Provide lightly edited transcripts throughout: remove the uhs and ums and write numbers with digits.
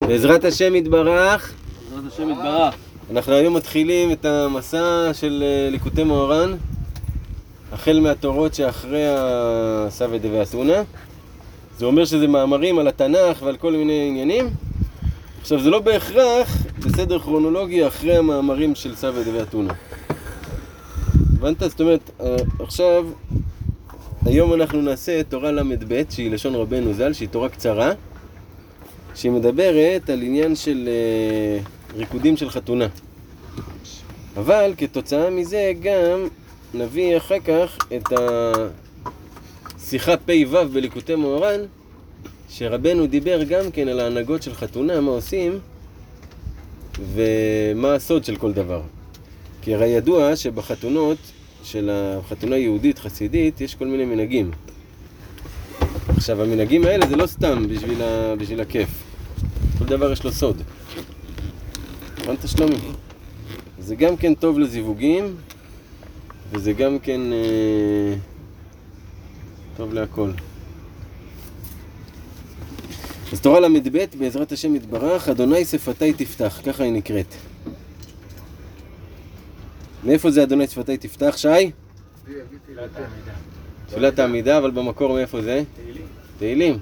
בעזרת השם יתברך. בעזרת השם יתברך. אנחנו היום מתחילים את המסע של ליקוטי מוהר"ן, החל מהתורות שאחרי הסבא דאתונה. זה אומר שזה מאמרים על התנ"ך ועל כל מיני עניינים. עכשיו זה לא בהכרח בסדר כרונולוגי אחרי המאמרים של סבא דאתונה. הבנת? זאת אומרת, עכשיו, היום אנחנו נעשה תורה ל"ב, שהיא לשון רבנו ז"ל, שהיא תורה קצרה, שהיא מדברת על עניין של ריקודים של חתונה. אבל כתוצאה מזה גם נביא אחר כך את השיחה פ"ו בליקוטי מוהר"ן, שרבנו דיבר גם כן על ההנהגות של חתונה, מה עושים ומה הסוד של כל דבר. כי הרי ידוע שבחתונות של החתונה יהודית חסידית יש כל מיני מנהגים. עכשיו המנהגים האלה זה לא סתם בשביל הכיף. כל דבר יש לו סוד. הבנת שלומי? זה גם כן טוב לזיווגים, וזה גם כן טוב להכל. אז תורה ל"ב בעזרת השם יתברך, אדוני שפתי תפתח, ככה היא נקראת. מאיפה זה אדוני שפתי תפתח, שי? תפילת העמידה, אבל במקור מאיפה זה? תהילים.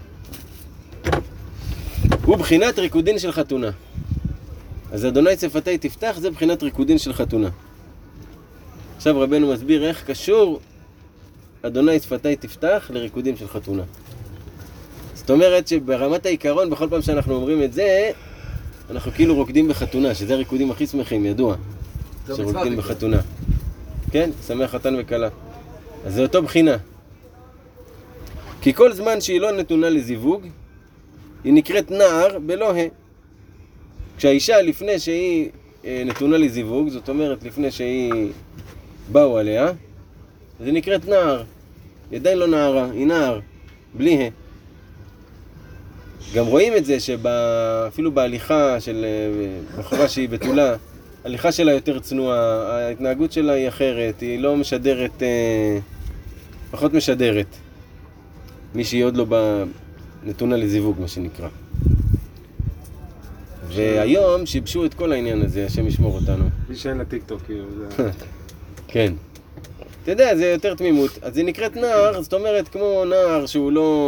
הוא בחינת ריקודין של חתונה. אז אדוני שפתי תפתח זה בחינת ריקודין של חתונה. עכשיו רבנו מסביר איך קשור אדוני שפתי תפתח לריקודים של חתונה. זאת אומרת שברמת העיקרון, בכל פעם שאנחנו אומרים את זה, אנחנו כאילו רוקדים בחתונה, שזה הריקודים הכי שמחים, ידוע. שרוקדים בחתונה. כן? שמח חתן וכלה. אז זה אותו בחינה. כי כל זמן שהיא לא נתונה לזיווג, היא נקראת נער בלא ה. כשהאישה לפני שהיא נתונה לזיווג, זאת אומרת לפני שהיא באו עליה, אז היא נקראת נער. היא עדיין לא נערה, היא נער, בלי ה. גם רואים את זה שאפילו בהליכה של בחורה שהיא בתולה, ההליכה שלה יותר צנועה, ההתנהגות שלה היא אחרת, היא לא משדרת, פחות משדרת. מי שהיא עוד לא נתונה לזיווג, מה שנקרא. והיום שיבשו את כל העניין הזה, השם ישמור אותנו. מי שאין לה טיקטוק, כאילו, זה... כן. אתה יודע, זה יותר תמימות. אז היא נקראת נער, זאת אומרת, כמו נער שהוא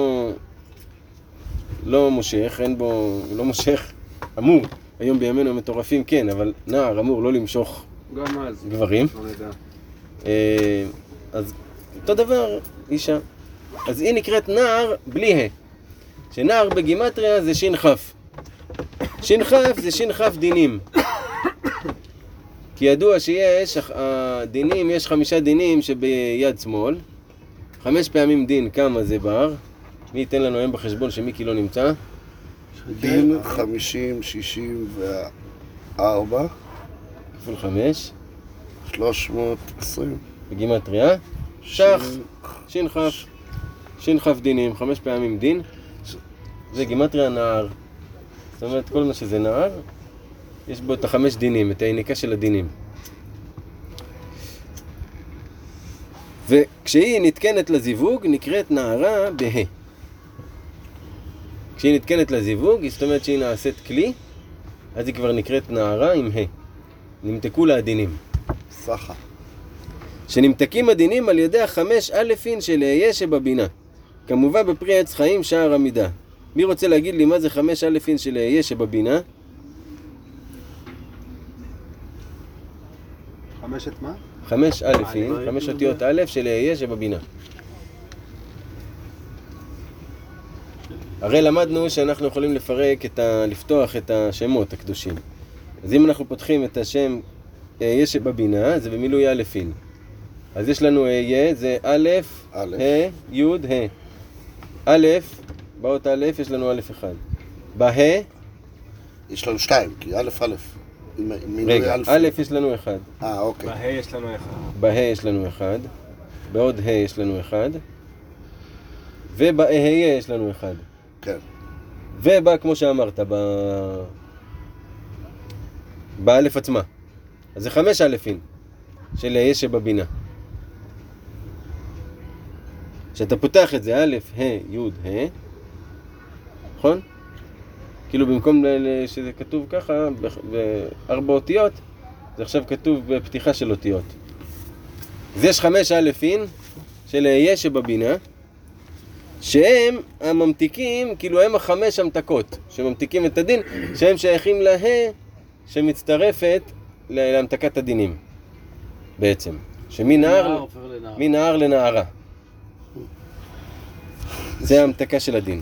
לא מושך, אין בו, הוא לא מושך, אמור. היום בימינו המטורפים כן, אבל נער אמור לא למשוך גם אז. גברים. לא נדע. אז אותו דבר, אישה. אז היא נקראת נער בלי ה. שנער בגימטריה זה שין חף. שין חף זה שין חף דינים. כי ידוע שיש, הדינים, יש 5 דינים שביד שמאל. 5 פעמים דין, כמה זה בר? מי ייתן לנו היום בחשבון שמיקי לא נמצא? דין 50, 64 כפול 5 320 בגימטריה שח, שין חף, שין חף דינים, 5 פעמים דין. זה גימטריה נער. זאת אומרת, כל מה שזה נער, יש בו את 5 דינים, את העיניקה של הדינים. וכשהיא נתקנת לזיווג, נקראת נערה בה. כשהיא נתקנת לזיווג, זאת אומרת שהיא נעשית כלי, אז היא כבר נקראת נערה עם ה. נמתקו לה הדינים. סחה. שנמתקים הדינים על ידי 5 אלפין של אהיה שבבינה. כמובן בפרי עץ חיים שער עמידה. מי רוצה להגיד לי מה זה 5 אלפין של אהיה שבבינה? 5 את מה? 5 אלפין, 5 אותיות א' של אהיה שבבינה. הרי למדנו שאנחנו יכולים לפתוח את השמות הקדושים. אז אם אנחנו פותחים את השם אהיה שבבינה, זה במילוי אלפין. אז יש לנו אהיה, זה א', ה', י', ה'. א', באות א', יש לנו א' אחד. בה, יש לנו 2, כי א'. רגע, א' יש לנו 1. אוקיי. בה' יש לנו 1. בה יש לנו 1. בעוד ה' יש לנו 1. ובאהיה יש לנו 1. כן. ובא, כמו שאמרת, באלף עצמה. אז זה 5 אלפין של אהיה שבבינה. כשאתה פותח את זה, א', ה', י', ה', נכון? כאילו במקום שזה כתוב ככה, ב4 אותיות, זה עכשיו כתוב בפתיחה של אותיות. אז יש 5 אלפין של אהיה שבבינה, שהם הממתיקים, כאילו הם 5 המתקות, שממתיקים את הדין, שהם שייכים לה שמצטרפת להמתקת הדינים, בעצם. שמנער לנערה. זה ההמתקה של הדין.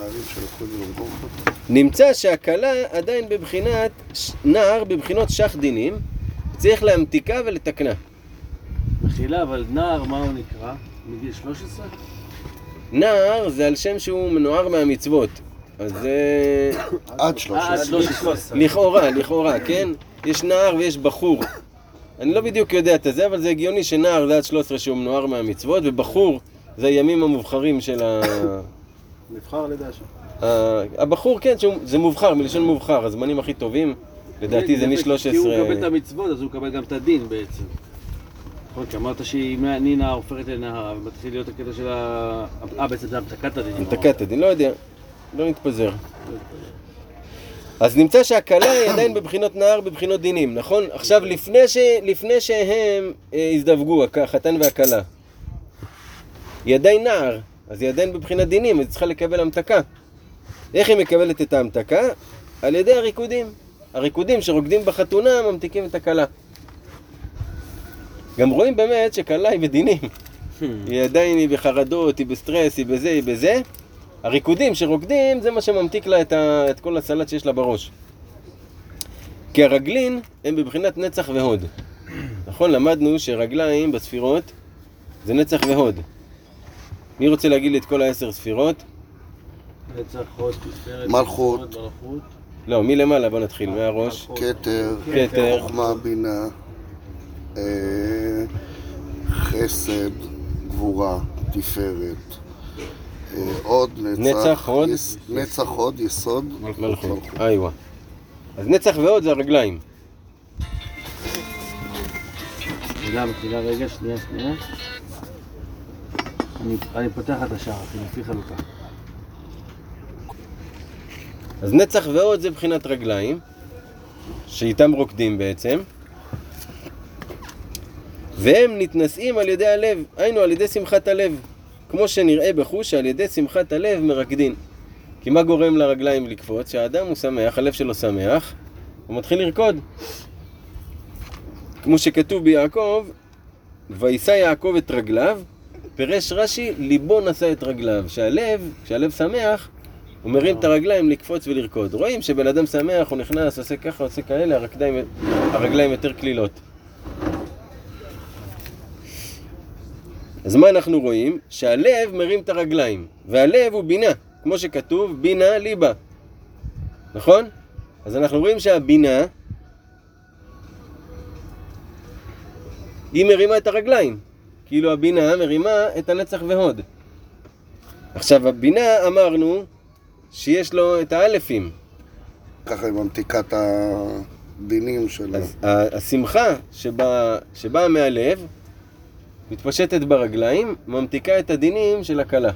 נמצא שהקלה עדיין בבחינת נער, בבחינות שח דינים, צריך להמתיקה ולתקנה. מחילה, אבל נער מה הוא נקרא? מגיל 13? נער זה על שם שהוא מנוער מהמצוות. אז זה... עד 13. לכאורה, כן? יש נער ויש בחור. אני לא בדיוק יודע את זה, אבל זה הגיוני שנער זה עד 13 שהוא מנוער מהמצוות, ובחור זה הימים המובחרים של נבחר לדעתי. הבחור, כן, זה מובחר, מלשון מובחר, הזמנים הכי טובים, לדעתי זה מ-13... כי הוא מקבל את המצוות, אז הוא מקבל גם את הדין בעצם. נכון, כי אמרת שהיא נער הופכת לנערה, ומתחיל להיות הקטע של בעצם זה המתקת הדין. המתקת הדין, לא יודע, לא נתפזר. אז נמצא שהקלה היא עדיין בבחינות נער, בבחינות דינים, נכון? עכשיו, לפני שהם הזדווגו, החתן והקלה, היא עדיין נער, אז היא עדיין בבחינת דינים, אז היא צריכה לקבל המתקה. איך היא מקבלת את ההמתקה? על ידי הריקודים. הריקודים שרוקדים בחתונה ממתיקים את הקלה. גם רואים באמת שקלה היא בדינים. היא עדיין היא בחרדות, היא בסטרס, היא בזה, היא בזה. הריקודים שרוקדים זה מה שממתיק לה את כל הסלט שיש לה בראש. כי הרגלין הם בבחינת נצח והוד. נכון, למדנו שרגליים בספירות זה נצח והוד. מי רוצה להגיד לי את כל 10 ספירות? נצח, הוד, תפארת, מלכות. לא, מלמעלה בוא נתחיל, מהראש. כתר, חוכמה, בינה, חסד, גבורה, תפארת, עוד, נצח, הוד, נצח, הוד, יסוד, מלכות. איווה. אז נצח והוד זה הרגליים. מחילה רגע, שנייה. אני פותח את השער, לפי חלוקה. אז נצח ועוד זה בחינת רגליים, שאיתם רוקדים בעצם, והם נתנשאים על ידי הלב, היינו על ידי שמחת הלב, כמו שנראה בחוש שעל ידי שמחת הלב מרקדין. כי מה גורם לרגליים לקפוץ? שהאדם הוא שמח, הלב שלו שמח, הוא מתחיל לרקוד. כמו שכתוב ביעקב, וישא יעקב את רגליו, פירש רש"י, ליבו נשא את רגליו. כשהלב שמח, הוא מרים את הרגליים לקפוץ ולרקוד. רואים שבן אדם שמח, הוא נכנס, עושה ככה, עושה כאלה, הרגליים יותר כלילות. אז מה אנחנו רואים? שהלב מרים את הרגליים, והלב הוא בינה, כמו שכתוב, בינה ליבה. נכון? אז אנחנו רואים שהבינה, היא מרימה את הרגליים. כאילו הבינה מרימה את הנצח והוד. עכשיו, הבינה אמרנו שיש לו את האלפים. ככה היא ממתיקה את הדינים שלו. אז השמחה שבאה מהלב, מתפשטת ברגליים, ממתיקה את הדינים של הקלה.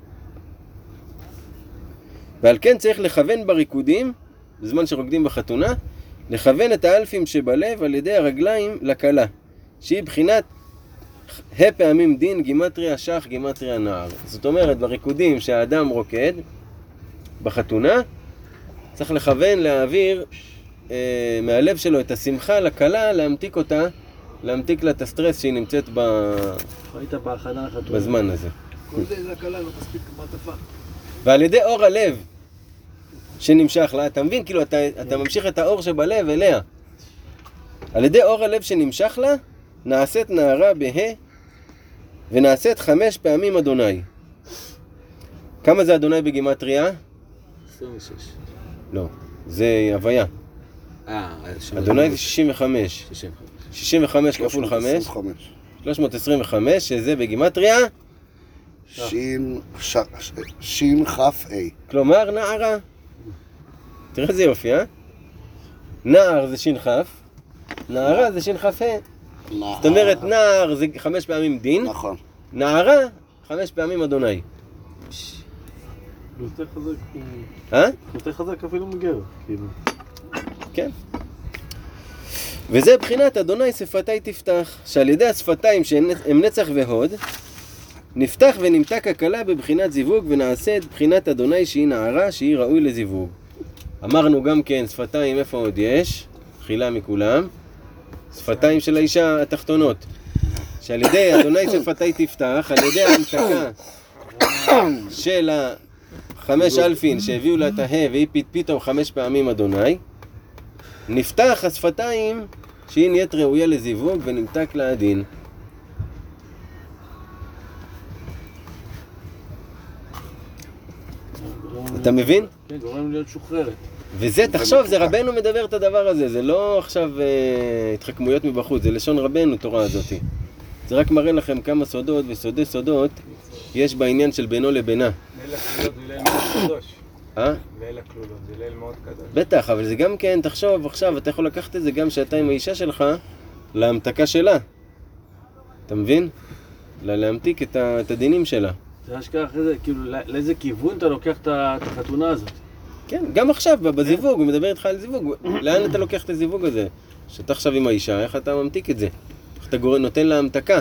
ועל כן צריך לכוון בריקודים, בזמן שרוקדים בחתונה, לכוון את האלפים שבלב על ידי הרגליים לקלה, שהיא בחינת פעמים דין, גימטריה שח, גימטריה נער. זאת אומרת, בריקודים שהאדם רוקד בחתונה, צריך לכוון להעביר מהלב שלו את השמחה לקלה, להמתיק אותה, להמתיק לה את הסטרס שהיא נמצאת היית בהכנה החתונה. בזמן הזה. כל זה הקלה לא מספיק מעטפה. ועל ידי אור הלב שנמשך לה, אתה מבין? כאילו אתה ממשיך את האור שבלב אליה. על ידי אור הלב שנמשך לה, נעשית נערה בה, ונעשית 5 פעמים אדוני. כמה זה אדוני בגימטריה? 26. לא, זה הוויה. אדוני זה 65. 65 כפול 5. 325, שזה בגימטריה? שין כף A. כלומר נערה. תראה איזה יופי, נער זה שין כף, נערה זה שין כף A. זאת אומרת, נער זה 5 פעמים דין, נכון. נערה 5 פעמים אדוני. יותר חזק, יותר חזק אפילו מגר, כאילו. כן. וזה בחינת אדוני שפתי תפתח, שעל ידי השפתיים שהם נצח והוד, נפתח ונמתק הכלה בבחינת זיווג ונעשה את בחינת אדוני שהיא נערה שהיא ראוי לזיווג. אמרנו גם כן שפתיים איפה עוד יש? תחילה מכולם. שפתיים של האישה התחתונות. שעל ידי אדוני שפתי תפתח, על ידי ההמתקה של החמש אלפין שהביאו לה את הה והיא פתאום 5 פעמים אדוני, נפתח השפתיים שהיא נהיית ראויה לזיווג ונמתק לה הדין. אתה מבין? כן, גורם להיות שוחררת. וזה, תחשוב, זה רבנו מדבר את הדבר הזה, זה לא עכשיו התחכמויות מבחוץ, זה לשון רבנו תורה הזאת. זה רק מראה לכם כמה סודות וסודי סודות יש בעניין של בינו לבינה. ליל הכלולות זה ליל מאוד קדוש. ליל הכלולות זה ליל מאוד קדוש. בטח, אבל זה גם כן, תחשוב עכשיו, אתה יכול לקחת את זה גם שאתה עם האישה שלך להמתקה שלה. אתה מבין? להמתיק את הדינים שלה. זה אשכרה אחרי זה, כאילו, לאיזה כיוון אתה לוקח את החתונה הזאת? כן, גם עכשיו, בזיווג, הוא מדבר איתך על זיווג. לאן אתה לוקח את הזיווג הזה? שאתה עכשיו עם האישה, איך אתה ממתיק את זה? איך אתה נותן לה המתקה?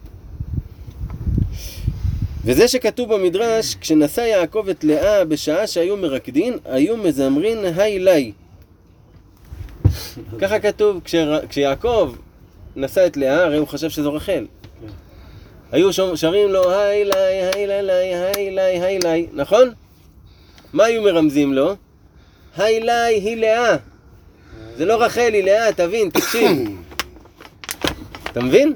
וזה שכתוב במדרש, כשנשא יעקב את לאה בשעה שהיו מרקדין, היו מזמרין הילי. ככה כתוב, כשיעקב נשא את לאה, הרי הוא חשב שזו רחל. היו שרים לו הילי, הילי, הילי, הילי, נכון? מה היו מרמזים לו? הילי היא לאה. זה לא רחל, היא לאה, תבין, תקשיב. אתה מבין?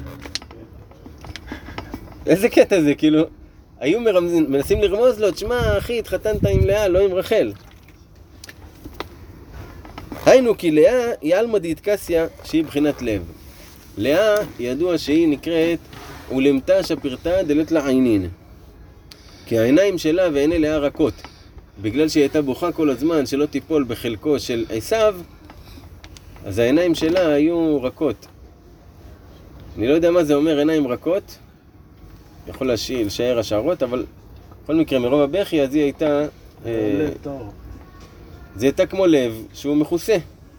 איזה קטע זה, כאילו, היו מנסים לרמוז לו, תשמע אחי, התחתנת עם לאה, לא עם רחל. היינו כי לאה היא אלמא דאיטקסיה שהיא בחינת לב. לאה ידוע שהיא נקראת ולמתה שפרתה דלת לעינין. כי העיניים שלה ועיני לאה רכות. בגלל שהיא הייתה בוכה כל הזמן שלא תיפול בחלקו של עשיו, אז העיניים שלה היו רכות. אני לא יודע מה זה אומר עיניים רכות, יכול לשער השערות, אבל בכל מקרה מרוב הבכי אז היא הייתה... לב טוב. זה הייתה כמו לב שהוא מכוסה.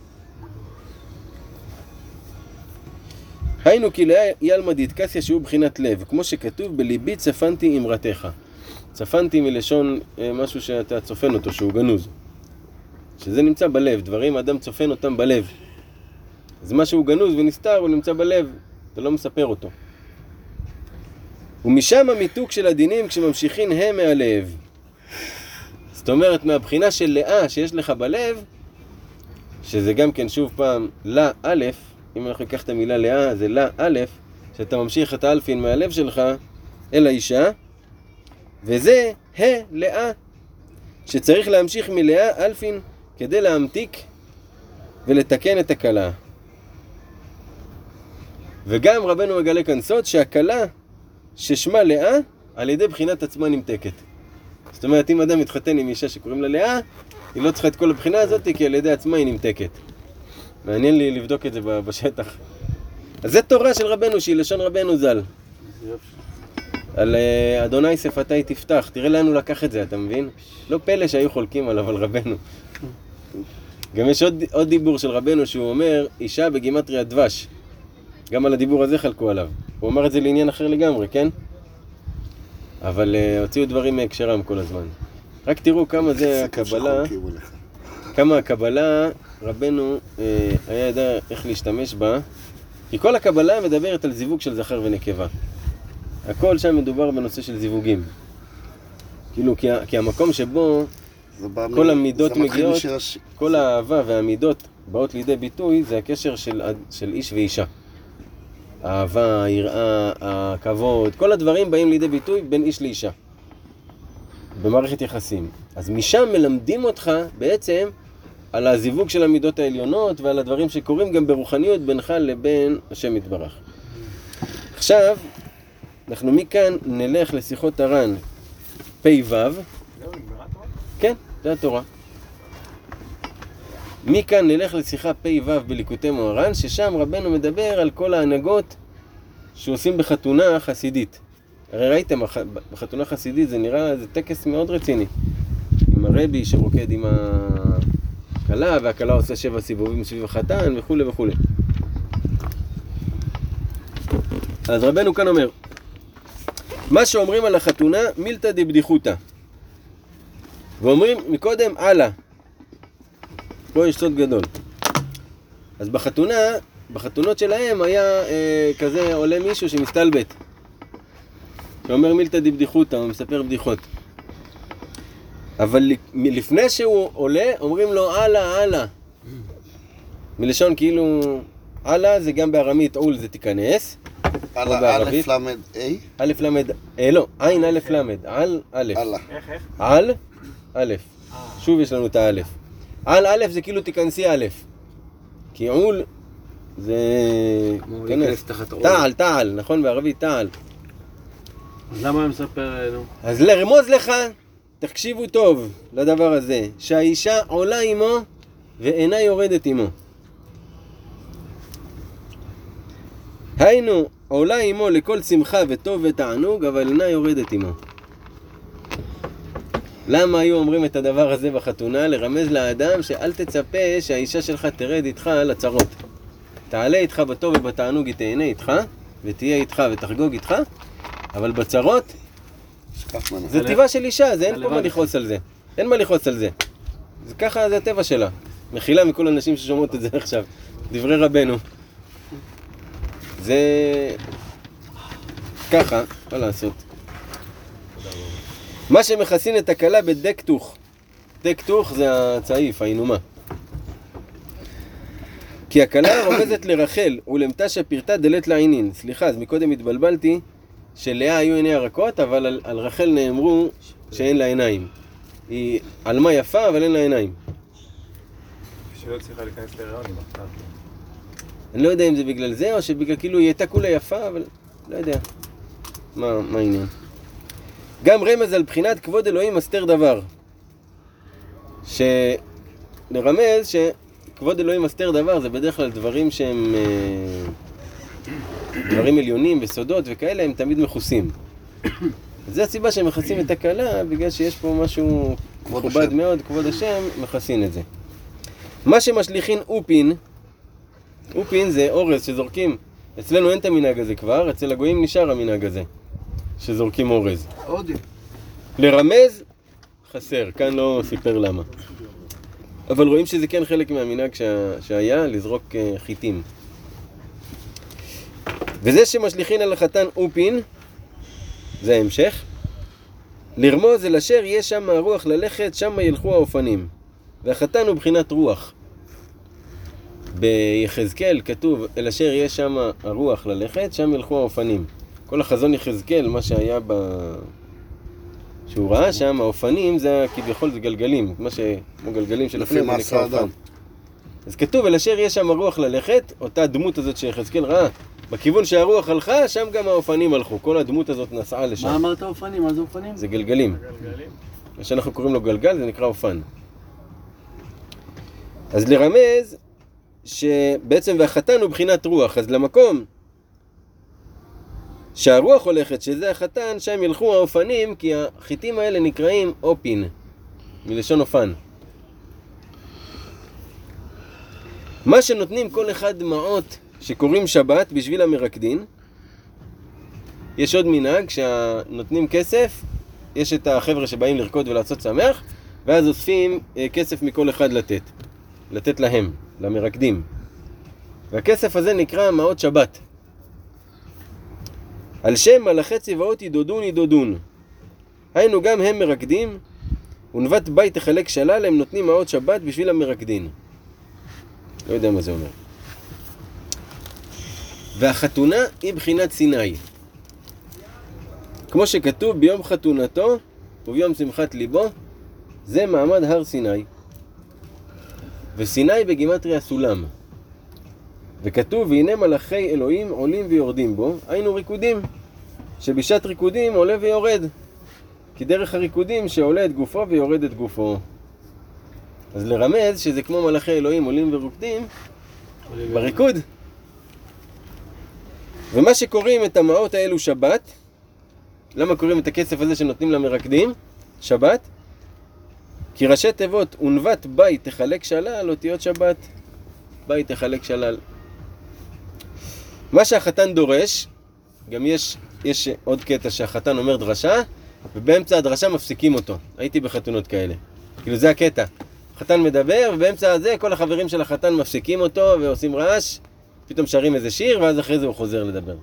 היינו כי לאה היא אלמא דאיטקסיה שהוא בחינת לב, כמו שכתוב בליבי צפנתי אמרתך. צפנתי מלשון משהו שאתה צופן אותו, שהוא גנוז. שזה נמצא בלב, דברים האדם צופן אותם בלב. אז משהו גנוז ונסתר הוא נמצא בלב, אתה לא מספר אותו. ומשם המיתוק של הדינים כשממשיכין הם מהלב. זאת אומרת, מהבחינה של לאה שיש לך בלב, שזה גם כן שוב פעם לה א', אם אנחנו ניקח את המילה לאה, זה לה א', שאתה ממשיך את האלפין מהלב שלך אל האישה, וזה לאה, שצריך להמשיך מלאה אלפין כדי להמתיק ולתקן את הכלה. וגם רבנו מגלה כאן סוד שהכלה ששמה לאה על ידי בחינת עצמה נמתקת. זאת אומרת, אם אדם מתחתן עם אישה שקוראים לה לאה, היא לא צריכה את כל הבחינה הזאת כי על ידי עצמה היא נמתקת. מעניין לי לבדוק את זה בשטח. אז זה תורה של רבנו שהיא לשון רבנו ז"ל. על אדוני שפתי תפתח, תראה לאן הוא לקח את זה, אתה מבין? לא פלא שהיו חולקים עליו, על רבנו. גם יש עוד דיבור של רבנו שהוא אומר, אישה בגימטריה דבש. גם על הדיבור הזה חלקו עליו. הוא אמר את זה לעניין אחר לגמרי, כן? אבל הוציאו דברים מהקשרם כל הזמן. רק תראו כמה זה הקבלה, כמה הקבלה רבנו היה ידע איך להשתמש בה. כי כל הקבלה מדברת על זיווג של זכר ונקבה. הכל שם מדובר בנושא של זיווגים. כאילו, כי המקום שבו כל המידות מגיעות, כל האהבה והמידות באות לידי ביטוי, זה הקשר של איש ואישה. האהבה, היראה, הכבוד, כל הדברים באים לידי ביטוי בין איש לאישה. במערכת יחסים. אז משם מלמדים אותך בעצם על הזיווג של המידות העליונות ועל הדברים שקורים גם ברוחניות בינך לבין השם יתברך. עכשיו, אנחנו מכאן נלך לשיחות הר"ן פ"ו. כן, זה התורה. מכאן נלך לשיחה פ"ו בליקוטי מוהר"ן, ששם רבנו מדבר על כל ההנהגות שעושים בחתונה חסידית. הרי ראיתם, בחתונה חסידית זה נראה, זה טקס מאוד רציני. עם הרבי שרוקד עם הכלה, והכלה עושה 7 סיבובים סביב החתן וכו' וכו'. אז רבנו כאן אומר, מה שאומרים על החתונה, מילתא דבדיחותא. ואומרים מקודם, הלאה. פה יש סוד גדול. אז בחתונות שלהם היה כזה עולה מישהו שמסתלבט. שאומר מילתא דבדיחותא, הוא מספר בדיחות. אבל לפני שהוא עולה, אומרים לו, הלאה. מלשון כאילו, הלאה זה גם בארמית, עול זה תיכנס. א' למד A? א' למד, לא, עין א' למד, על א'. איך? על א'. שוב יש לנו את האלף. על א' זה כאילו תיכנסי א'. כי עול זה... תעל, נכון? בערבית תעל. אז למה הוא מספר לנו? אז לרמוז לך, תקשיבו טוב לדבר הזה, שהאישה עולה עמו ואינה יורדת עמו. היינו, עולה עמו לכל שמחה וטוב ותענוג, אבל אינה יורדת עמו. למה היו אומרים את הדבר הזה בחתונה? לרמז לאדם שאל תצפה שהאישה שלך תרד איתך לצרות. תעלה איתך בטוב ובתענוג, היא תהנה איתך, ותהיה איתך ותחגוג איתך, אבל בצרות, זה טבעה של אישה, זה אין פה מה לכעוס על זה. אין מה לכעוס על זה. זה ככה, זה הטבע שלה. מחילה מכל אנשים ששומעות את זה עכשיו. דברי רבנו. זה... ככה, מה לעשות? מה שמכסין את הכלה בדקתוך. דקתוך זה הצעיף, האינומה. כי הכלה רומזת לרחל, ולמתשה פרטה דלת לעינין. סליחה, אז מקודם התבלבלתי שלאה היו עיני הרכות, אבל על רחל נאמרו שאין לה עיניים. היא עלמה יפה, אבל אין לה עיניים. שלא צריכה להיכנס להיריון, היא מחתה. אני לא יודע אם זה בגלל זה, או שבגלל כאילו היא הייתה כולה יפה, אבל לא יודע. מה העניין? גם רמז על בחינת כבוד אלוהים מסתר דבר. שנרמז שכבוד אלוהים מסתר דבר זה בדרך כלל דברים שהם דברים עליונים וסודות וכאלה, הם תמיד מכוסים. זה הסיבה שהם מכסים את הכלה, בגלל שיש פה משהו מכובד מאוד, כבוד השם, מכסין את זה. מה שמשליחין אופין, אופין זה אורז שזורקים. אצלנו אין את המנהג הזה כבר, אצל הגויים נשאר המנהג הזה, שזורקים אורז. לרמז, חסר, כאן לא סיפר למה. אבל רואים שזה כן חלק מהמנהג שהיה, לזרוק חיטים. וזה שמשליחין על החתן אופין, זה ההמשך. לרמוז אל אשר יהיה שם הרוח ללכת, שם ילכו האופנים. והחתן הוא בחינת רוח. ביחזקאל כתוב, אל אשר יהיה שם הרוח ללכת, שם ילכו האופנים. כל החזון יחזקאל, מה שהיה שהוא ראה שם, האופנים זה כביכול זה גלגלים, כמו גלגלים של לפני, זה נקרא אופן. אז כתוב, אל אשר יהיה שם הרוח ללכת, אותה דמות הזאת שיחזקאל ראה, בכיוון שהרוח הלכה, שם גם האופנים הלכו. כל הדמות הזאת נסעה לשם. מה אמרת אופנים? מה זה אופנים? זה גלגלים. מה שאנחנו קוראים לו גלגל, זה נקרא אופן. אז לרמז שבעצם והחתן הוא בחינת רוח, אז למקום שהרוח הולכת, שזה החתן, שם ילכו האופנים, כי החיטים האלה נקראים אופין, מלשון אופן. מה שנותנים כל אחד מעות שקוראים שבת בשביל המרקדין, יש עוד מנהג, כשנותנים כסף, יש את החבר'ה שבאים לרקוד ולעשות שמח, ואז אוספים כסף מכל אחד לתת להם, למרקדים. והכסף הזה נקרא מעות שבת. על שם מלאכי צבאות ידודון ידודון. היינו גם הם מרקדים, ונבט בית תחלק שלל, הם נותנים מעות שבת בשביל המרקדין. לא יודע מה זה אומר. והחתונה היא בחינת סיני. כמו שכתוב ביום חתונתו וביום שמחת ליבו, זה מעמד הר סיני. וסיני בגימטריה סולם. וכתוב, והנה מלאכי אלוהים עולים ויורדים בו, היינו ריקודים, שבשעת ריקודים עולה ויורד. כי דרך הריקודים שעולה את גופו ויורד את גופו. אז לרמז שזה כמו מלאכי אלוהים עולים ורוקדים בריקוד. ומה שקוראים את המעות האלו שבת, למה קוראים את הכסף הזה שנותנים למרקדים? שבת? כי ראשי תיבות, ונבת בית תחלק שלל, אותיות שבת. בית תחלק שלל. מה שהחתן דורש, גם יש עוד קטע שהחתן אומר דרשה, ובאמצע הדרשה מפסיקים אותו. הייתי בחתונות כאלה. כאילו זה הקטע. החתן מדבר, ובאמצע הזה כל החברים של החתן מפסיקים אותו ועושים רעש, פתאום שרים איזה שיר, ואז אחרי זה הוא חוזר לדבר.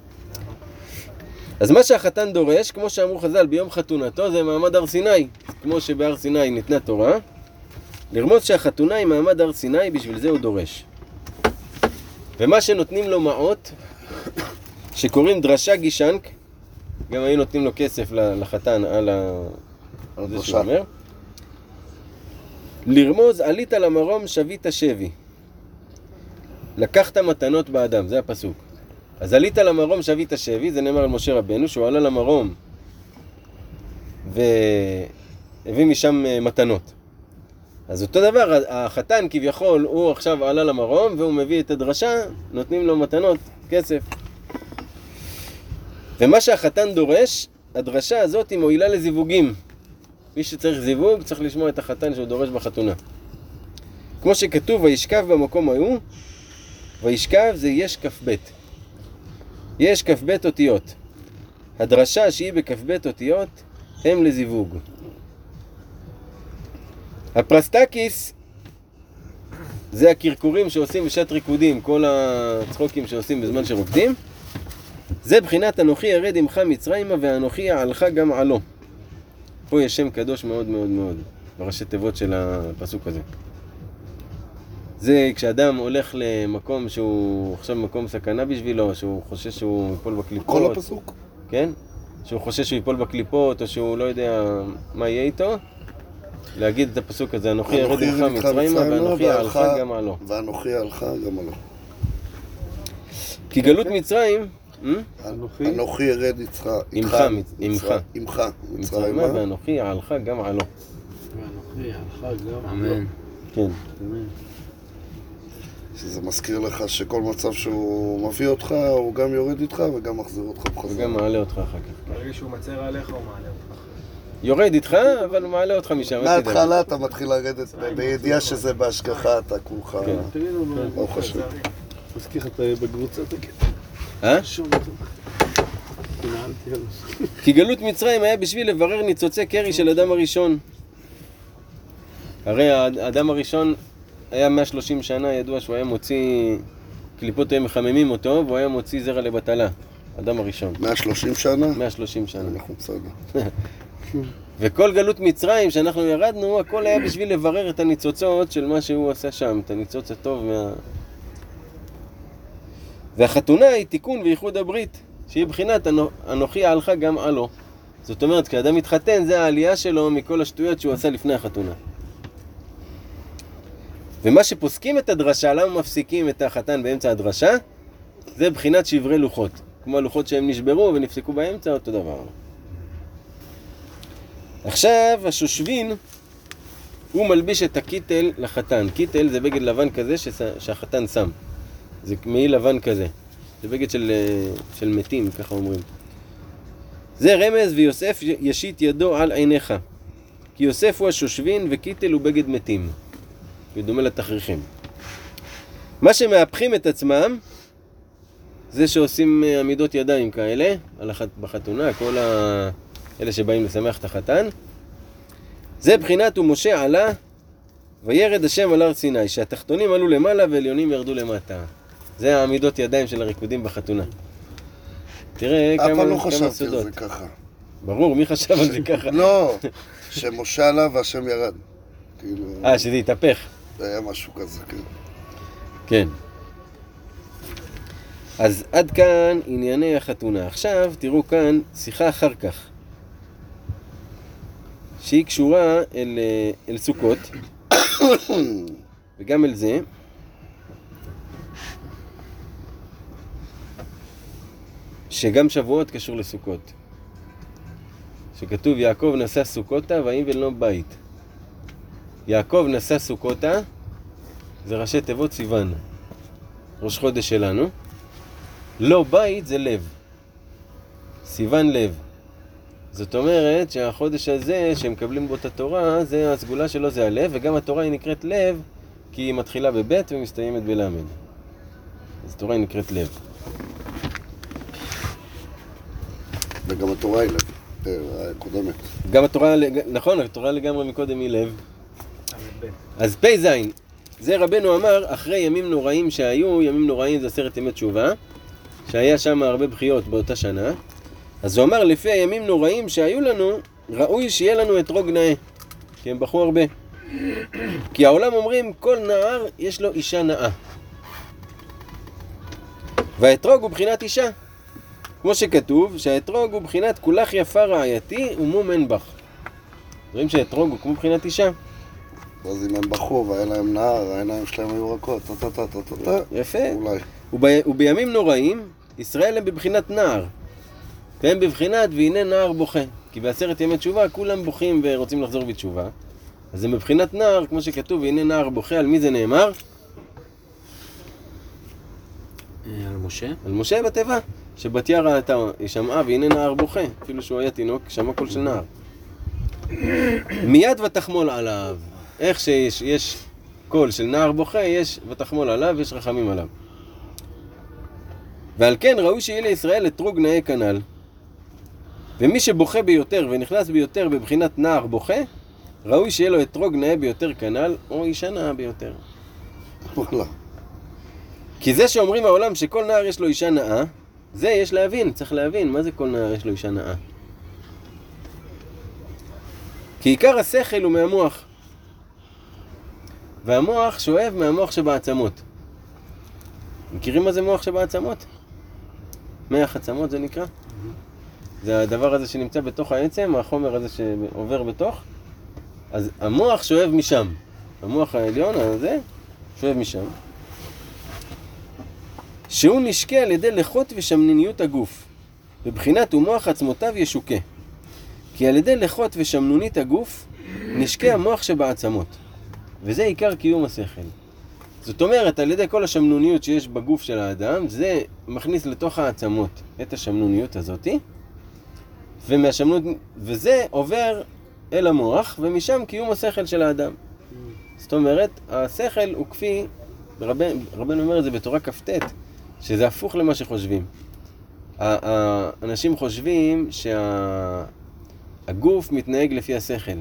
אז מה שהחתן דורש, כמו שאמרו חז"ל ביום חתונתו, זה מעמד הר סיני. כמו שבהר סיני ניתנה תורה, לרמוז שהחתונה היא מעמד הר סיני, בשביל זה הוא דורש. ומה שנותנים לו מעות, שקוראים דרשה גישנק, גם היו נותנים לו כסף לחתן על זה שהוא אומר. לרמוז עלית למרום שבית שבי. לקחת מתנות באדם, זה הפסוק. אז עלית למרום שבית שבי, זה נאמר על משה רבנו, שהוא עלה למרום והביא משם מתנות. אז אותו דבר, החתן כביכול, הוא עכשיו עלה למרום והוא מביא את הדרשה, נותנים לו מתנות, כסף. ומה שהחתן דורש, הדרשה הזאת היא מועילה לזיווגים. מי שצריך זיווג, צריך לשמוע את החתן שהוא דורש בחתונה. כמו שכתוב, וישכב במקום ההוא, וישכב זה יש כ"ב. יש כ"ב אותיות. הדרשה שהיא בכ"ב אותיות, הם לזיווג. הפרסטקיס, זה הקרקורים שעושים בשעת ריקודים, כל הצחוקים שעושים בזמן שרוקדים. זה בחינת אנוכי ירד עמך מצרימה ואנוכי יעלך גם עלו. פה יש שם קדוש מאוד מאוד מאוד, בראשי תיבות של הפסוק הזה. זה כשאדם הולך למקום שהוא עכשיו מקום סכנה בשבילו, שהוא חושש שהוא ייפול בקליפות. כל הפסוק? כן? שהוא חושש שהוא ייפול בקליפות, או שהוא לא יודע מה יהיה איתו. להגיד את הפסוק הזה, אנוכי ירד עמך מצרימה ואנוכי יעלך גם עלו. ואנוכי יעלך גם עלו. כי גלות מצרים, אנוכי ירד עמך מצרימה ואנוכי יעלך גם עלו. ואנוכי יעלך גם אמן. כן. שזה מזכיר לך שכל מצב שהוא מביא אותך, הוא גם יורד איתך וגם מחזיר אותך בחזרה. וגם מעלה אותך אחר כך. ברגע שהוא מצר עליך הוא מעלה אותך. יורד איתך, אבל הוא מעלה אותך משם. מההתחלה אתה מתחיל לרדת בידיעה שזה בהשגחה, אתה כולך. תגידו, לא חשוב. מזכיר אתה בקבוצה תגיד. כי גלות מצרים היה בשביל לברר ניצוצי קרי של אדם הראשון. הרי האדם הראשון היה 130 שנה, ידוע שהוא היה מוציא, קליפות הם מחממים אותו, והוא היה מוציא זרע לבטלה. אדם הראשון. 130 שנה? 130 שנה. אנחנו בסדר. וכל גלות מצרים שאנחנו ירדנו, הכל היה בשביל לברר את הניצוצות של מה שהוא עשה שם, את הניצוץ הטוב והחתונה היא תיקון וייחוד הברית, שהיא בחינת אנוכי יעלך גם עלו. זאת אומרת, כשאדם מתחתן, זה העלייה שלו מכל השטויות שהוא עשה לפני החתונה. ומה שפוסקים את הדרשה, למה מפסיקים את החתן באמצע הדרשה? זה בחינת שברי לוחות. כמו הלוחות שהם נשברו ונפסקו באמצע, אותו דבר. עכשיו, השושבין, הוא מלביש את הקיטל לחתן. קיטל זה בגד לבן כזה שהחתן שם. זה מעיל לבן כזה. זה בגד של מתים, ככה אומרים. זה רמז, ויוסף ישית ידו על עיניך. כי יוסף הוא השושבין וקיטל הוא בגד מתים. בדומה לתכריכים. מה שמהפכים את עצמם, זה שעושים עמידות ידיים כאלה, בחתונה, כל אלה שבאים לשמח את החתן. זה בחינת ומשה עלה, וירד השם על הר סיני, שהתחתונים עלו למעלה והעליונים ירדו למטה. זה העמידות ידיים של הריקודים בחתונה. תראה כמה סודות. אף לא חשבתי על זה ככה. ברור, מי חשב על זה ככה? לא, שמשה עלה והשם ירד. שזה יתהפך. זה היה משהו כזה, כן. כן. אז עד כאן ענייני החתונה. עכשיו תראו כאן שיחה אחר כך, שהיא קשורה אל סוכות, וגם אל זה. שגם שבועות קשור לסוכות. שכתוב יעקב נשא סוכותה ויבן לו בית. יעקב נשא סוכותה, זה ראשי תיבות סיוון, ראש חודש שלנו. לא בית זה לב, סיוון לב. זאת אומרת שהחודש הזה שמקבלים בו את התורה, זה הסגולה שלו זה הלב, וגם התורה היא נקראת לב, כי היא מתחילה בבית ומסתיימת בלמד. אז התורה היא נקראת לב. וגם התורה היא לב, קודמת. גם התורה, נכון, התורה לגמרי מקודם היא לב. אז פי זין, זה רבנו אמר, אחרי ימים נוראים שהיו, ימים נוראים זה 10 ימי תשובה, שהיה שם הרבה בחיות באותה שנה, אז הוא אמר, לפי הימים נוראים שהיו לנו, ראוי שיהיה לנו אתרוג נאה, כי הם בחרו הרבה. כי העולם אומרים, כל נער יש לו אישה נאה. והאתרוג הוא בחינת אישה. כמו שכתוב, שהאתרוג הוא בחינת כולך יפה רעייתי ומום אין בך. רואים שהאתרוג הוא כמו בחינת אישה. אז אם הם בחרו והיה להם נער, העיניים שלהם היו רכות, יפה. אולי. ובימים נוראים, ישראל הם בבחינת נער. והם בבחינת והנה נער בוכה. כי ב10 ימי תשובה כולם בוכים ורוצים לחזור בתשובה. אז הם בבחינת נער, כמו שכתוב, והנה נער בוכה. על מי זה נאמר? על משה? על משה בטבע. שבתיה ראתה, היא שמעה והנה נער בוכה. אפילו שהוא היה תינוק, שמע קול של נער. מיד ותחמול עליו. איך שיש קול של נער בוכה, יש ותחמול עליו, יש רחמים עליו. ועל כן ראוי שיהיה לישראל אתרוג נאה כנ"ל. ומי שבוכה ביותר ונכנס ביותר בבחינת נער בוכה, ראוי שיהיה לו אתרוג נאה ביותר כנ"ל, או אישה נאה ביותר. וואלה. כי זה שאומרים העולם שכל נער יש לו אישה נאה, זה יש להבין, צריך להבין, מה זה כל נער יש לו אישה נאה? כי עיקר השכל הוא מהמוח. והמוח שואב מהמוח שבעצמות. מכירים מה זה מוח שבעצמות? מח עצמות זה נקרא? זה הדבר הזה שנמצא בתוך העצם, החומר הזה שעובר בתוך. אז המוח שואב משם. המוח העליון הזה שואב משם. שהוא נשקה על ידי לחות ושמניניות הגוף. בבחינת ומוח עצמותיו ישוקה. כי על ידי לחות ושמנונית הגוף נשקה המוח שבעצמות. וזה עיקר קיום השכל. זאת אומרת, על ידי כל השמנוניות שיש בגוף של האדם, זה מכניס לתוך העצמות את השמנוניות הזאת, וזה עובר אל המוח, ומשם קיום השכל של האדם. זאת אומרת, השכל הוא כפי, רבנו אומר את זה בתורה כ"ט, שזה הפוך למה שחושבים. האנשים חושבים שהגוף מתנהג לפי השכל.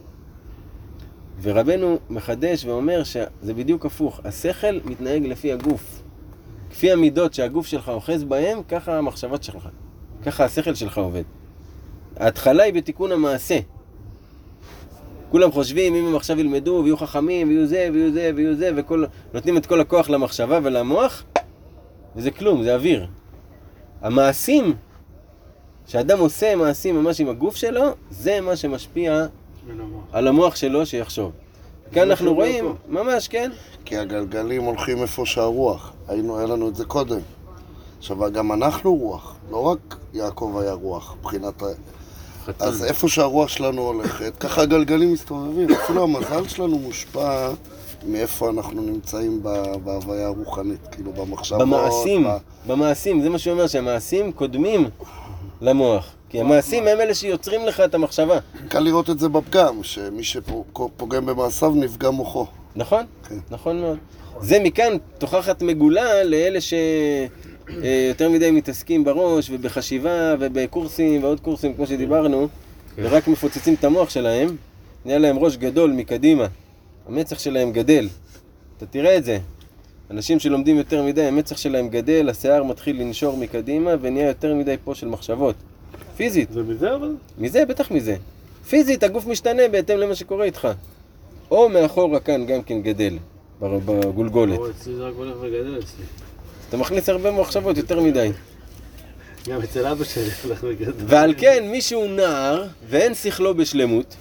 ורבנו מחדש ואומר שזה בדיוק הפוך. השכל מתנהג לפי הגוף. כפי המידות שהגוף שלך אוחז בהם, ככה המחשבות שלך. ככה השכל שלך עובד. ההתחלה היא בתיקון המעשה. כולם חושבים, אם הם עכשיו ילמדו ויהיו חכמים, ויהיו זה, ויהיו זה, ויהיו זה, נותנים את כל הכוח למחשבה ולמוח, וזה כלום, זה אוויר. המעשים, שאדם עושה מעשים ממש עם הגוף שלו, זה מה שמשפיע על המוח שלו שיחשוב. כאן אנחנו רואים, ממש, כן? כי הגלגלים הולכים איפה שהרוח. היה לנו את זה קודם. עכשיו, גם אנחנו רוח. לא רק יעקב היה רוח, מבחינת... אז איפה שהרוח שלנו הולכת, ככה הגלגלים מסתובבים. אפילו המזל שלנו מושפע מאיפה אנחנו נמצאים בהוויה הרוחנית, כאילו במחשבות. במעשים, זה מה שאומר, שהמעשים קודמים למוח. כי המעשים הם אלה שיוצרים לך את המחשבה. קל לראות את זה בפגם, שמי שפוגם במעשיו נפגע מוחו. נכון, נכון מאוד. זה מכאן תוכחת מגולה לאלה שיותר מדי מתעסקים בראש ובחשיבה ובקורסים ועוד קורסים כמו שדיברנו, ורק מפוצצים את המוח שלהם, נהיה להם ראש גדול מקדימה, המצח שלהם גדל. אתה תראה את זה. אנשים שלומדים יותר מדי, המצח שלהם גדל, השיער מתחיל לנשור מקדימה ונהיה יותר מדי פה של מחשבות. פיזית. זה מזה אבל? מזה, בטח מזה. פיזית, הגוף משתנה בהתאם למה שקורה איתך. או מאחורה כאן גם כן גדל, בגולגולת. או אצלי זה רק הולך וגדל אצלי. אתה מכניס הרבה מחשבות יותר מדי. גם אצל אבא שלי הולך וגדל. ועל כן, מי שהוא נער ואין שכלו בשלמות,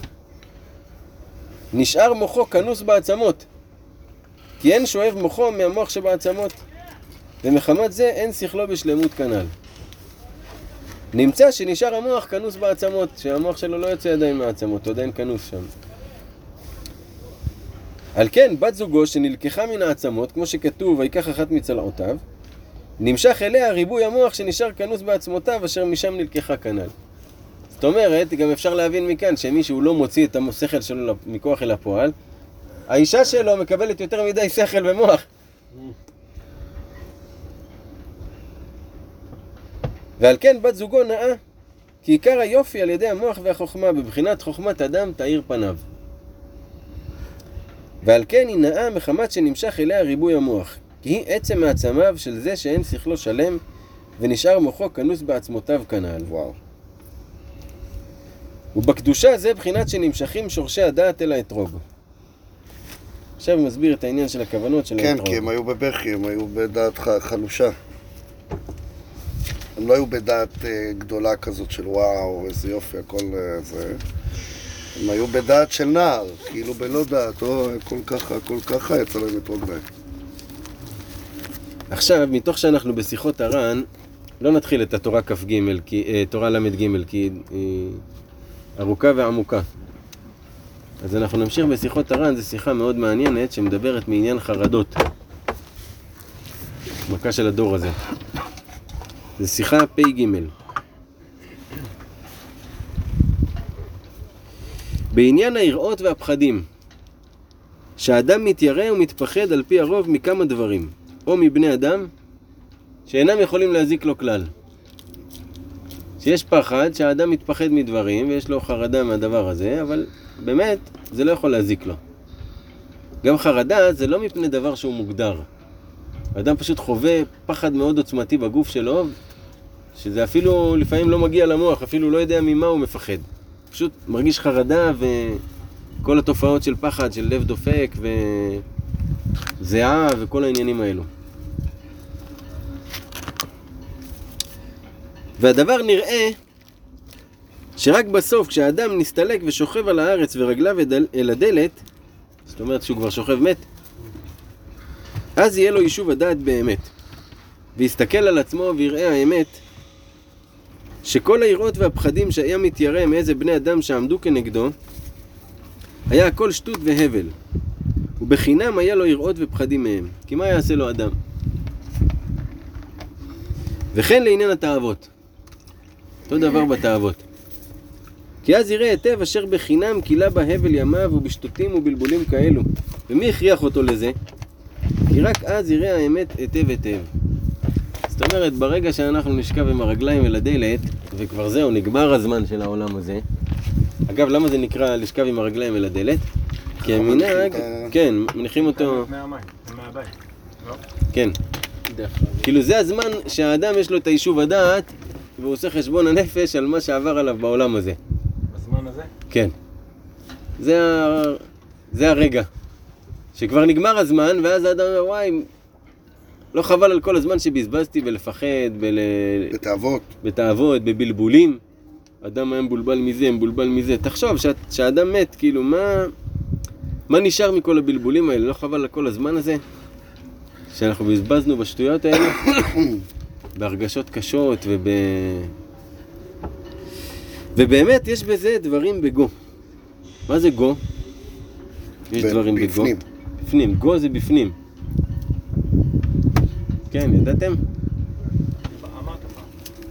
נשאר מוחו כנוס בעצמות. כי אין שואב מוחו מהמוח שבעצמות. ומחמת זה אין שכלו בשלמות כנ"ל. נמצא שנשאר המוח כנוס בעצמות, שהמוח שלו לא יוצא עדיין מהעצמות, הוא עדיין כנוס שם. על כן, בת זוגו שנלקחה מן העצמות, כמו שכתוב, ויקח אחת מצלעותיו, נמשך אליה ריבוי המוח שנשאר כנוס בעצמותיו, אשר משם נלקחה כנ"ל. זאת אומרת, גם אפשר להבין מכאן שמישהו לא מוציא את השכל שלו מכוח אל הפועל, האישה שלו מקבלת יותר מדי שכל ומוח. ועל כן בת זוגו נאה, כי עיקר היופי על ידי המוח והחוכמה, בבחינת חוכמת אדם תאיר פניו. ועל כן היא נאה מחמת שנמשך אליה ריבוי המוח, כי היא עצם מעצמיו של זה שאין שכלו שלם, ונשאר מוחו כנוס בעצמותיו כנעל. וואו. ובקדושה זה בחינת שנמשכים שורשי הדעת אל האתרוג. עכשיו הוא מסביר את העניין של הכוונות של האתרוג. כן, כי הם היו בבכי, הם היו בדעת חלושה. הם לא היו בדעת גדולה כזאת של וואו, איזה יופי, הכל זה. הם היו בדעת של נער, כאילו בלא דעת, הכל ככה, יצא להם אתרוג בהם. עכשיו, מתוך שאנחנו בשיחות הר"ן, לא נתחיל את התורה כ"ג, תורה ל"ג, כי היא ארוכה ועמוקה. אז אנחנו נמשיך בשיחות הר"ן, זו שיחה מאוד מעניינת שמדברת מעניין חרדות. מכה של הדור הזה. זו שיחה פ"ג. בעניין היראות והפחדים, שהאדם מתיירא ומתפחד על פי הרוב מכמה דברים, או מבני אדם שאינם יכולים להזיק לו כלל. שיש פחד שהאדם מתפחד מדברים ויש לו חרדה מהדבר הזה, אבל באמת זה לא יכול להזיק לו. גם חרדה זה לא מפני דבר שהוא מוגדר. האדם פשוט חווה פחד מאוד עוצמתי בגוף שלו, שזה אפילו לפעמים לא מגיע למוח, אפילו לא יודע ממה הוא מפחד. פשוט מרגיש חרדה וכל התופעות של פחד, של לב דופק וזיעה וכל העניינים האלו. והדבר נראה שרק בסוף כשהאדם נסתלק ושוכב על הארץ ורגליו אל הדלת, זאת אומרת שהוא כבר שוכב מת, אז יהיה לו יישוב הדעת באמת, ויסתכל על עצמו ויראה האמת, שכל היראות והפחדים שהיה מתיירא מאיזה בני אדם שעמדו כנגדו, היה הכל שטות והבל, ובחינם היה לו יראות ופחדים מהם, כי מה יעשה לו אדם? וכן לעניין התאוות, אותו דבר בתאוות. כי אז יראה היטב אשר בחינם קילה בהבל ימיו ובשטותים ובלבולים כאלו. ומי הכריח אותו לזה? כי רק אז יראה האמת היטב היטב. זאת אומרת, ברגע שאנחנו נשכב עם הרגליים אל הדלת, וכבר זהו, נגמר הזמן של העולם הזה. אגב, למה זה נקרא לשכב עם הרגליים אל הדלת? כי המנהג, כן, מניחים אותו... מהבית, לא? כן. כאילו זה הזמן שהאדם יש לו את היישוב הדעת, והוא עושה חשבון הנפש על מה שעבר עליו בעולם הזה. בזמן הזה? כן. זה הרגע. שכבר נגמר הזמן, ואז האדם אומר, וואי, לא חבל על כל הזמן שבזבזתי בלפחד, בתאוות, בבלבולים. אדם היה מבולבל מזה, מבולבל מזה. תחשוב שהאדם מת, כאילו, מה נשאר מכל הבלבולים האלה? לא חבל על כל הזמן הזה? שאנחנו בזבזנו בשטויות האלה? בהרגשות קשות ובאמת יש בזה דברים בגו. מה זה גו? יש דברים בגו. בפנים. בפנים. גו זה בפנים. כן, ידעתם? אמרת פעם.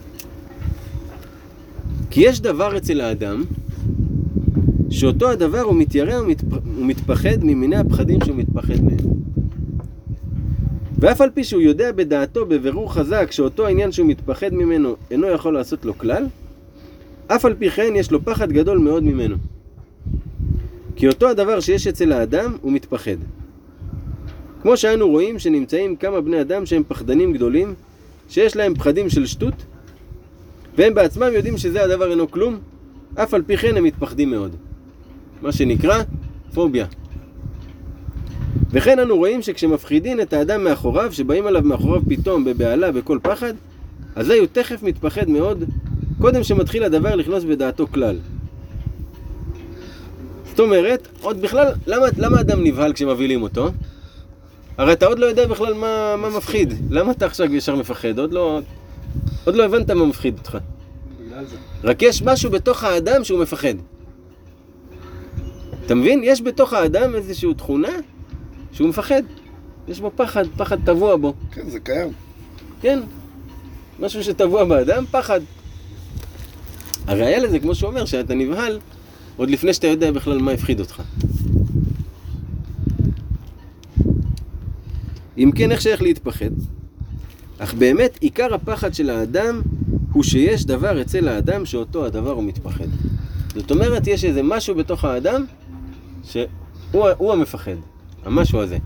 כי יש דבר אצל האדם שאותו הדבר הוא מתיירא ומתפחד ממיני הפחדים שהוא מתפחד מהם. ואף על פי שהוא יודע בדעתו בבירור חזק שאותו העניין שהוא מתפחד ממנו אינו יכול לעשות לו כלל, אף על פי כן יש לו פחד גדול מאוד ממנו. כי אותו הדבר שיש אצל האדם הוא מתפחד. כמו שאנו רואים שנמצאים כמה בני אדם שהם פחדנים גדולים, שיש להם פחדים של שטות, והם בעצמם יודעים שזה הדבר אינו כלום, אף על פי כן הם מתפחדים מאוד. מה שנקרא פוביה. וכן אנו רואים שכשמפחידין את האדם מאחוריו, שבאים עליו מאחוריו פתאום בבעלה, בכל פחד, אזי הוא תכף מתפחד מאוד, קודם שמתחיל הדבר לכנוס בדעתו כלל. זאת אומרת, עוד בכלל, למה אדם נבהל כשמבהילים אותו? הרי אתה עוד לא יודע בכלל מה מפחיד. למה אתה עכשיו ישר מפחד? עוד לא הבנת מה מפחיד אותך. בגלל זה. רק יש משהו בתוך האדם שהוא מפחד. אתה מבין? יש בתוך האדם איזושהי תכונה שהוא מפחד. יש בו פחד טבוע בו. כן, זה קיים. כן, משהו שטבוע באדם, פחד. הראיה לזה, כמו שהוא אומר, שאתה נבהל עוד לפני שאתה יודע בכלל מה הפחיד אותך. אם כן, איך שייך להתפחד? אך באמת עיקר הפחד של האדם הוא שיש דבר אצל האדם שאותו הדבר הוא מתפחד. זאת אומרת, יש איזה משהו בתוך האדם שהוא המפחד, המשהו הזה.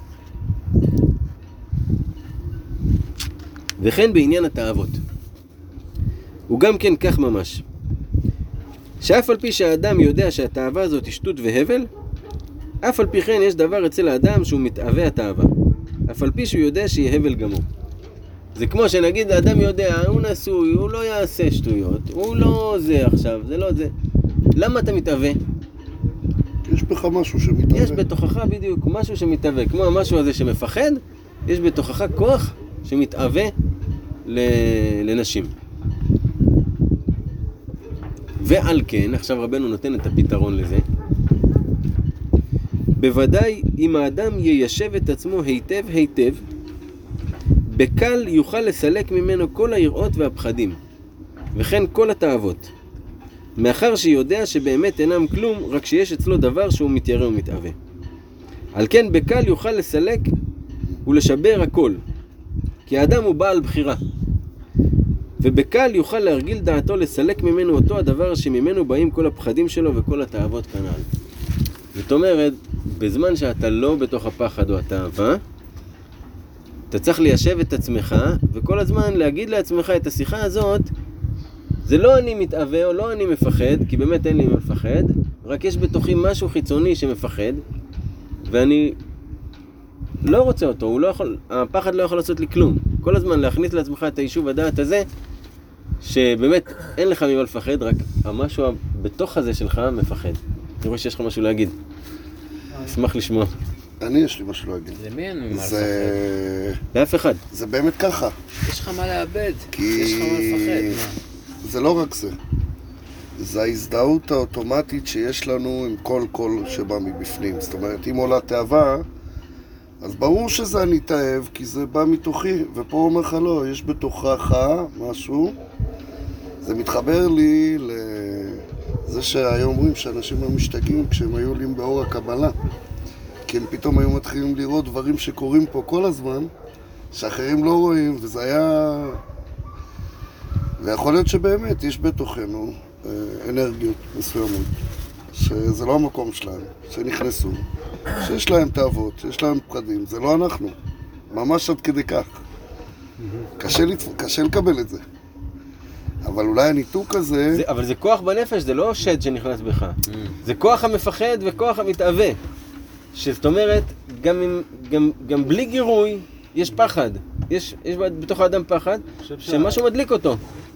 וכן בעניין התאוות. הוא גם כן כך ממש. שאף על פי שהאדם יודע שהתאווה הזאת היא שטות והבל, אף על פי כן יש דבר אצל האדם שהוא מתאווה התאווה. אף על פי שהוא יודע שהיא הבל גמור. זה כמו שנגיד, האדם יודע, הוא נשוי, הוא לא יעשה שטויות, הוא לא זה עכשיו, זה לא זה. למה אתה מתאווה? יש בך משהו שמתאווה. יש בתוכך בדיוק משהו שמתאווה. כמו המשהו הזה שמפחד, יש בתוכך כוח שמתאווה לנשים. ועל כן, עכשיו רבנו נותן את הפתרון לזה. בוודאי אם האדם יישב את עצמו היטב היטב, בקל יוכל לסלק ממנו כל היראות והפחדים, וכן כל התאוות. מאחר שיודע שבאמת אינם כלום, רק שיש אצלו דבר שהוא מתיירא ומתאווה. על כן בקל יוכל לסלק ולשבר הכל, כי האדם הוא בעל בחירה. ובקל יוכל להרגיל דעתו לסלק ממנו אותו הדבר שממנו באים כל הפחדים שלו וכל התאוות כנ"ל. זאת אומרת, בזמן שאתה לא בתוך הפחד או התאווה, אתה צריך ליישב את עצמך, וכל הזמן להגיד לעצמך את השיחה הזאת, זה לא אני מתאווה או לא אני מפחד, כי באמת אין לי מפחד, רק יש בתוכי משהו חיצוני שמפחד, ואני לא רוצה אותו, הוא לא יכול, הפחד לא יכול לעשות לי כלום. כל הזמן להכניס לעצמך את היישוב הדעת הזה, שבאמת אין לך ממה לפחד, רק המשהו בתוך הזה שלך מפחד. אני רואה שיש לך משהו להגיד. אשמח לשמוע. אני יש לי משהו להגיד. למי אין מה לפחד? לאף אחד. זה באמת ככה. יש לך מה לאבד, כי יש לך מה לפחד. זה לא רק זה. זה ההזדהות האוטומטית שיש לנו עם כל קול שבא מבפנים. זאת אומרת, אם עולה תאווה, אז ברור שזה אני תאהב, כי זה בא מתוכי. ופה הוא אומר לך לא, יש בתוכך משהו. זה מתחבר לי לזה שהיום אומרים שאנשים היו משתגעים כשהם היו עולים באור הקבלה. כי הם פתאום היו מתחילים לראות דברים שקורים פה כל הזמן, שאחרים לא רואים, וזה היה... ויכול להיות שבאמת יש בתוכנו אנרגיות מסוימות, שזה לא המקום שלהם, שנכנסו, שיש להם תאוות, שיש להם פחדים, זה לא אנחנו, ממש עד כדי כך. קשה לקבל את זה. אבל אולי הניתוק הזה... אבל זה כוח בנפש, זה לא שד שנכנס בך. זה כוח המפחד וכוח המתאווה. שזאת אומרת, גם בלי גירוי, יש פחד. יש בתוך האדם פחד, שמשהו מדליק אותו.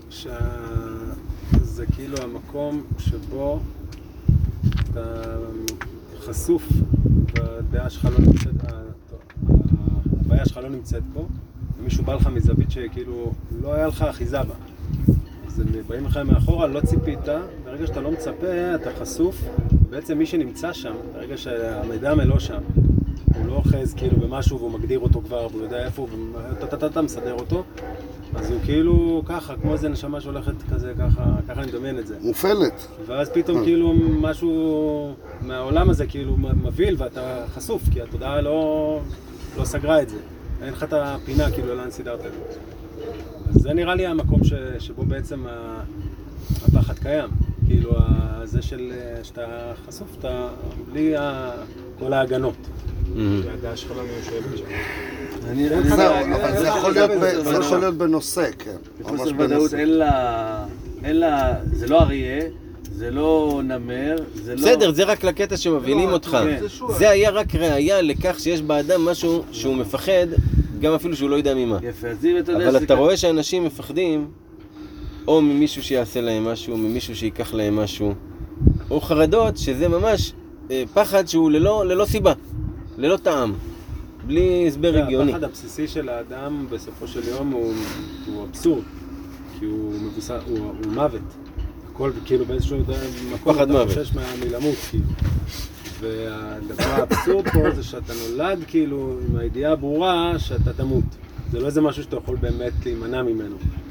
זה כאילו המקום שבו אתה חשוף והדעה שלך לא נמצאת, הבעיה שלך לא נמצאת פה, ומישהו בא לך מזווית שכאילו לא היה לך אחיזה בה. אז הם באים לך מאחורה, לא ציפית, ברגע שאתה לא מצפה, אתה חשוף, בעצם מי שנמצא שם, ברגע שהמידע מלא שם, הוא לא אוחז כאילו במשהו והוא מגדיר אותו כבר, והוא יודע איפה, ואתה מסדר אותו, אז הוא כאילו ככה, כמו איזה נשמה שהולכת כזה, ככה אני מדמיין את זה. מופלת. ואז פתאום כאילו משהו מהעולם הזה כאילו מביא ואתה חשוף, כי התודעה לא סגרה את זה. אין לך את הפינה כאילו לאן סידרת את זה. אז זה נראה לי המקום שבו בעצם הפחד קיים. כאילו זה של שאתה חשוף, אתה בלי כל ההגנות. שהדעה שלך לא מיושבת שם. אבל זה יכול להיות בנושא, כן. בחוסר ודאות אין לה, זה לא אריה, זה לא נמר, זה לא... בסדר, זה רק לקטע שמבינים אותך. זה היה רק ראייה לכך שיש באדם משהו שהוא מפחד, גם אפילו שהוא לא יודע ממה. יפה, אז אם אתה יודע אבל אתה רואה שאנשים מפחדים, או ממישהו שיעשה להם משהו, ממישהו שיקח להם משהו, או חרדות, שזה ממש פחד שהוא ללא סיבה, ללא טעם, בלי הסבר הגיוני. הפחד הבסיסי של האדם בסופו של יום הוא אבסורד, כי הוא מבוסס, הוא מוות. הכל כאילו באיזשהו מקום אתה חושש מלמות, כאילו. והדבר האבסורד פה זה שאתה נולד כאילו עם הידיעה הברורה שאתה תמות. זה לא איזה משהו שאתה יכול באמת להימנע ממנו.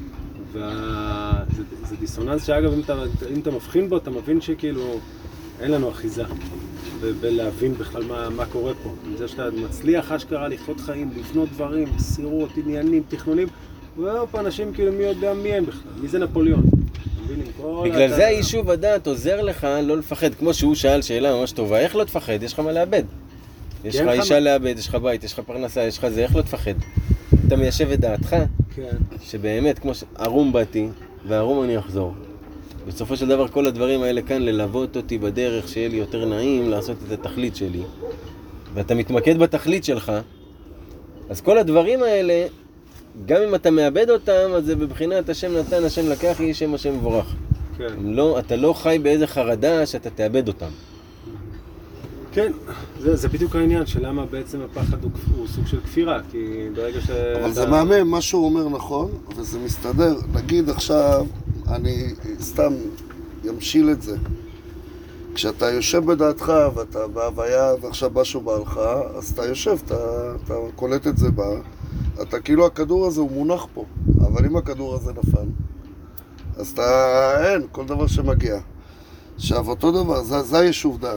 זה דיסוננס שאגב, אם אתה מבחין בו, אתה מבין שכאילו אין לנו אחיזה ולהבין בכלל מה קורה פה. עם זה שאתה מצליח אשכרה לחיות חיים, לבנות דברים, סירות, עניינים, תכנונים, ואופ, אנשים כאילו מי יודע מי הם בכלל, מי זה נפוליאון. בגלל זה היישוב הדעת עוזר לך לא לפחד, כמו שהוא שאל שאלה ממש טובה, איך לא תפחד? יש לך מה לאבד. יש לך אישה לאבד, יש לך בית, יש לך פרנסה, יש לך זה, איך לא תפחד? אתה מיישב את דעתך, שבאמת, כמו שערום באתי, וערום אני אחזור. בסופו של דבר כל הדברים האלה כאן ללוות אותי בדרך שיהיה לי יותר נעים לעשות את התכלית שלי, ואתה מתמקד בתכלית שלך, אז כל הדברים האלה, גם אם אתה מאבד אותם, אז זה בבחינת השם נתן, השם לקח, יהיה שם השם מבורך. כן. אתה לא חי באיזה חרדה שאתה תאבד אותם. כן, זה בדיוק העניין של למה בעצם הפחד הוא סוג של כפירה, כי ברגע אבל זה מהמם, מה שהוא אומר נכון, וזה מסתדר. נגיד עכשיו, אני סתם ימשיל את זה. כשאתה יושב בדעתך ואתה בהוויה ועכשיו משהו בא לך, אז אתה יושב, אתה קולט את זה בה, אתה כאילו הכדור הזה הוא מונח פה, אבל אם הכדור הזה נפל, אז אתה אין, כל דבר שמגיע. עכשיו, אותו דבר, זה היישוב דעת.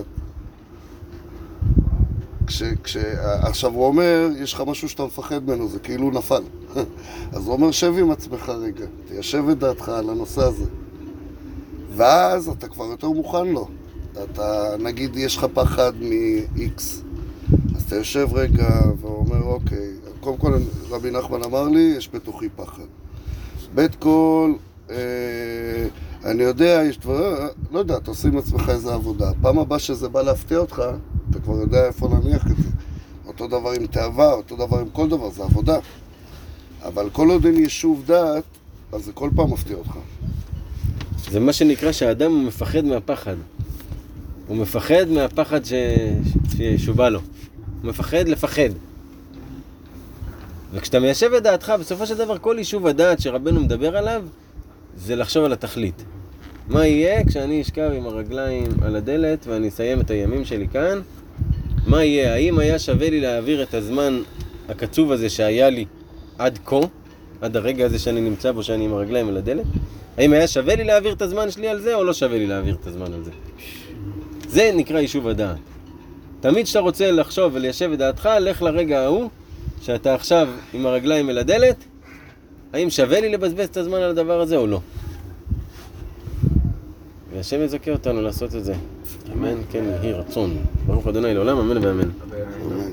עכשיו הוא אומר, יש לך משהו שאתה מפחד ממנו, זה כאילו נפל. אז הוא אומר, שב עם עצמך רגע, תיישב את דעתך על הנושא הזה. ואז אתה כבר יותר מוכן לו. אתה, נגיד, יש לך פחד מ-X. אז אתה יושב רגע ואומר, אוקיי, קודם כל רבי נחמן אמר לי, יש בתוכי פחד. בית כל, אני יודע, יש דבר, לא יודע, אתה עושה עם עצמך איזה עבודה. פעם הבאה שזה בא להפתיע אותך, אתה כבר יודע איפה להניח את זה. אותו דבר עם תאווה, אותו דבר עם כל דבר, זה עבודה. אבל כל עוד אין יישוב דעת, אז זה כל פעם מפתיע אותך. זה מה שנקרא שהאדם הוא מפחד מהפחד. הוא מפחד מהפחד שבא לו. הוא מפחד לפחד. וכשאתה מיישב את דעתך, בסופו של דבר כל יישוב הדעת שרבנו מדבר עליו, זה לחשוב על התכלית. מה יהיה כשאני אשכב עם הרגליים על הדלת ואני אסיים את הימים שלי כאן? מה יהיה? האם היה שווה לי להעביר את הזמן הקצוב הזה שהיה לי עד כה, עד הרגע הזה שאני נמצא בו שאני עם הרגליים על הדלת? האם היה שווה לי להעביר את הזמן שלי על זה או לא שווה לי להעביר את הזמן על זה? זה נקרא יישוב הדעת. תמיד שאתה רוצה לחשוב וליישב את דעתך, לך לרגע ההוא שאתה עכשיו עם הרגליים על הדלת, האם שווה לי לבזבז את הזמן על הדבר הזה או לא? והשם יזכה אותנו לעשות את זה. אמן, כן יהי רצון. ברוך ה' לעולם, אמן ואמן.